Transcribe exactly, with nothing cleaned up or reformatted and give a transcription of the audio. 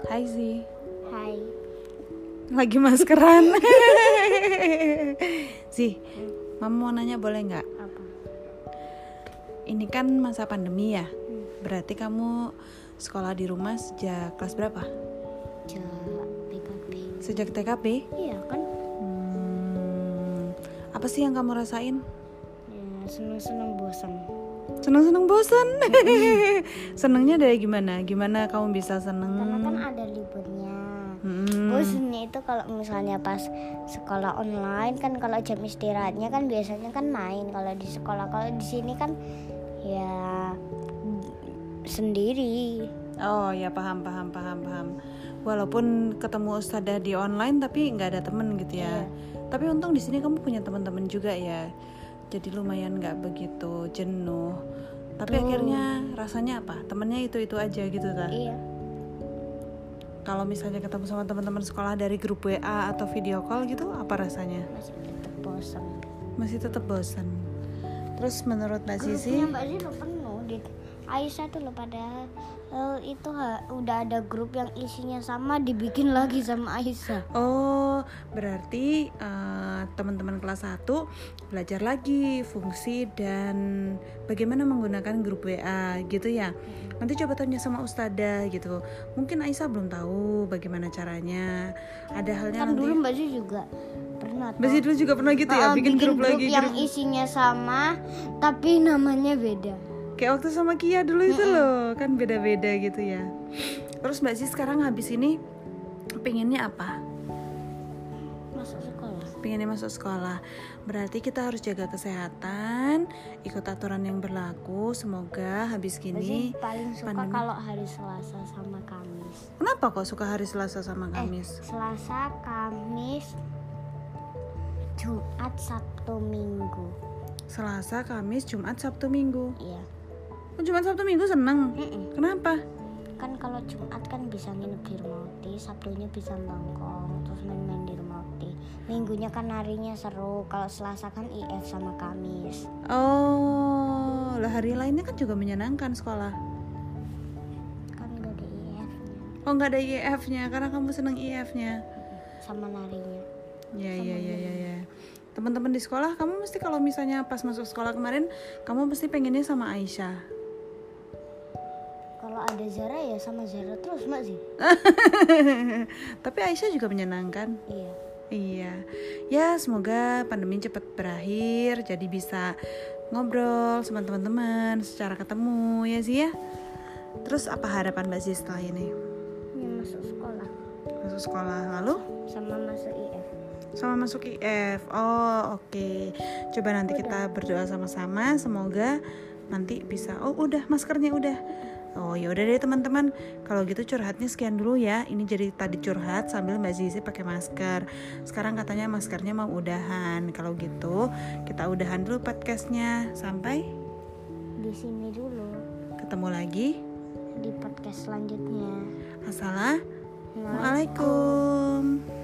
Hai Zi. Hai. Lagi maskeran. Zi, Mama mau nanya boleh nggak? Apa? Ini kan masa pandemi ya. Hmm. Berarti kamu sekolah di rumah sejak kelas berapa? Sejak T K P. Sejak T K P? Iya kan? Hmm, apa sih yang kamu rasain? Ya, seneng-seneng bosan. Seneng-seneng bosan. Senengnya dari gimana? Gimana kamu bisa seneng? Karena kan ada liburnya. Hmm. Bosannya itu kalau misalnya pas sekolah online kan, kalau jam istirahatnya kan biasanya kan main. Kalau di sekolah, kalau di sini kan ya sendiri. Oh ya, paham paham paham paham. Walaupun ketemu ustadzah di online tapi nggak ada temen gitu ya. Iya. Tapi untung di sini kamu punya teman-teman juga ya. Jadi lumayan nggak begitu jenuh. Tapi Tuh. akhirnya rasanya apa? Temennya itu-itu aja gitu kan? Iya. Kalau misalnya ketemu sama teman-teman sekolah dari grup W A atau video call gitu, apa rasanya? Masih tetap bosan. Masih tetap bosan. Terus menurut Mbak Sisi? Grupnya Mbak Sisi udah penuh. Di Aisyah tuh loh, padahal uh, itu ha, udah ada grup yang isinya sama dibikin lagi sama Aisyah. Oh, berarti uh, teman-teman kelas satu belajar lagi fungsi dan bagaimana menggunakan grup W A gitu ya. Nanti coba tanya sama ustadzah gitu. Mungkin Aisyah belum tahu bagaimana caranya. Ada halnya Kan nanti. dulu Mbak Sisi juga pernah. Mbak Sisi dulu juga pernah gitu ya, Uh, bikin, grup, grup lagi yang grup. isinya sama tapi namanya beda. Kayak waktu sama Kia dulu itu Mm-mm. loh, kan beda-beda gitu ya. Terus Mbak Sisi sekarang habis ini pengennya apa? Masuk sekolah. Pengennya masuk sekolah. Berarti kita harus jaga kesehatan, ikut aturan yang berlaku. Semoga habis Mbak gini Sisi paling suka pandemi. kalau hari Selasa sama Kamis. Kenapa kok suka hari Selasa sama Kamis? Eh, Selasa, Kamis, Jumat, Sabtu, Minggu. Selasa, Kamis, Jumat, Sabtu, Minggu. Iya. Oh, Jumat, Sabtu, Minggu seneng. Mm-mm. Kenapa? Kan kalau Jumat kan bisa nginep di rumah Ukti, Sabtunya bisa bangkong, terus main-main di rumah Ukti. Minggunya kan harinya seru. Kalau Selasa kan I F sama Kamis. Oh, lah hari lainnya kan juga menyenangkan sekolah. Kan gak ada I F-nya Oh, nggak ada I F-nya karena kamu seneng I F-nya. sama narinya. Ya, Sama ya, ya, guru. ya, ya. Teman-teman di sekolah, kamu mesti kalau misalnya pas masuk sekolah kemarin, kamu mesti pengennya sama Aisyah. Kalau ada Zara ya sama Zara terus Mbak sih. Tapi Aisyah juga menyenangkan. Iya. Iya. Ya, semoga pandemi cepat berakhir, jadi bisa ngobrol sama teman-teman secara ketemu ya sih ya. Terus apa harapan Mbak Zee setelah ini? Ya, masuk sekolah. Masuk sekolah lalu? Sama masuk I F. Sama masuk I F. Oh, oke. Okay. Coba nanti kita berdoa sama-sama, semoga nanti bisa. Oh, udah maskernya udah. Oh, ya udah deh teman-teman. Kalau gitu curhatnya sekian dulu ya. Ini jadi tadi curhat sambil Mbak Zizi pakai masker. Sekarang katanya maskernya mau udahan. Kalau gitu, kita udahan dulu podcastnya. Sampai Di sini dulu. ketemu lagi Di podcast selanjutnya. Assalamualaikum.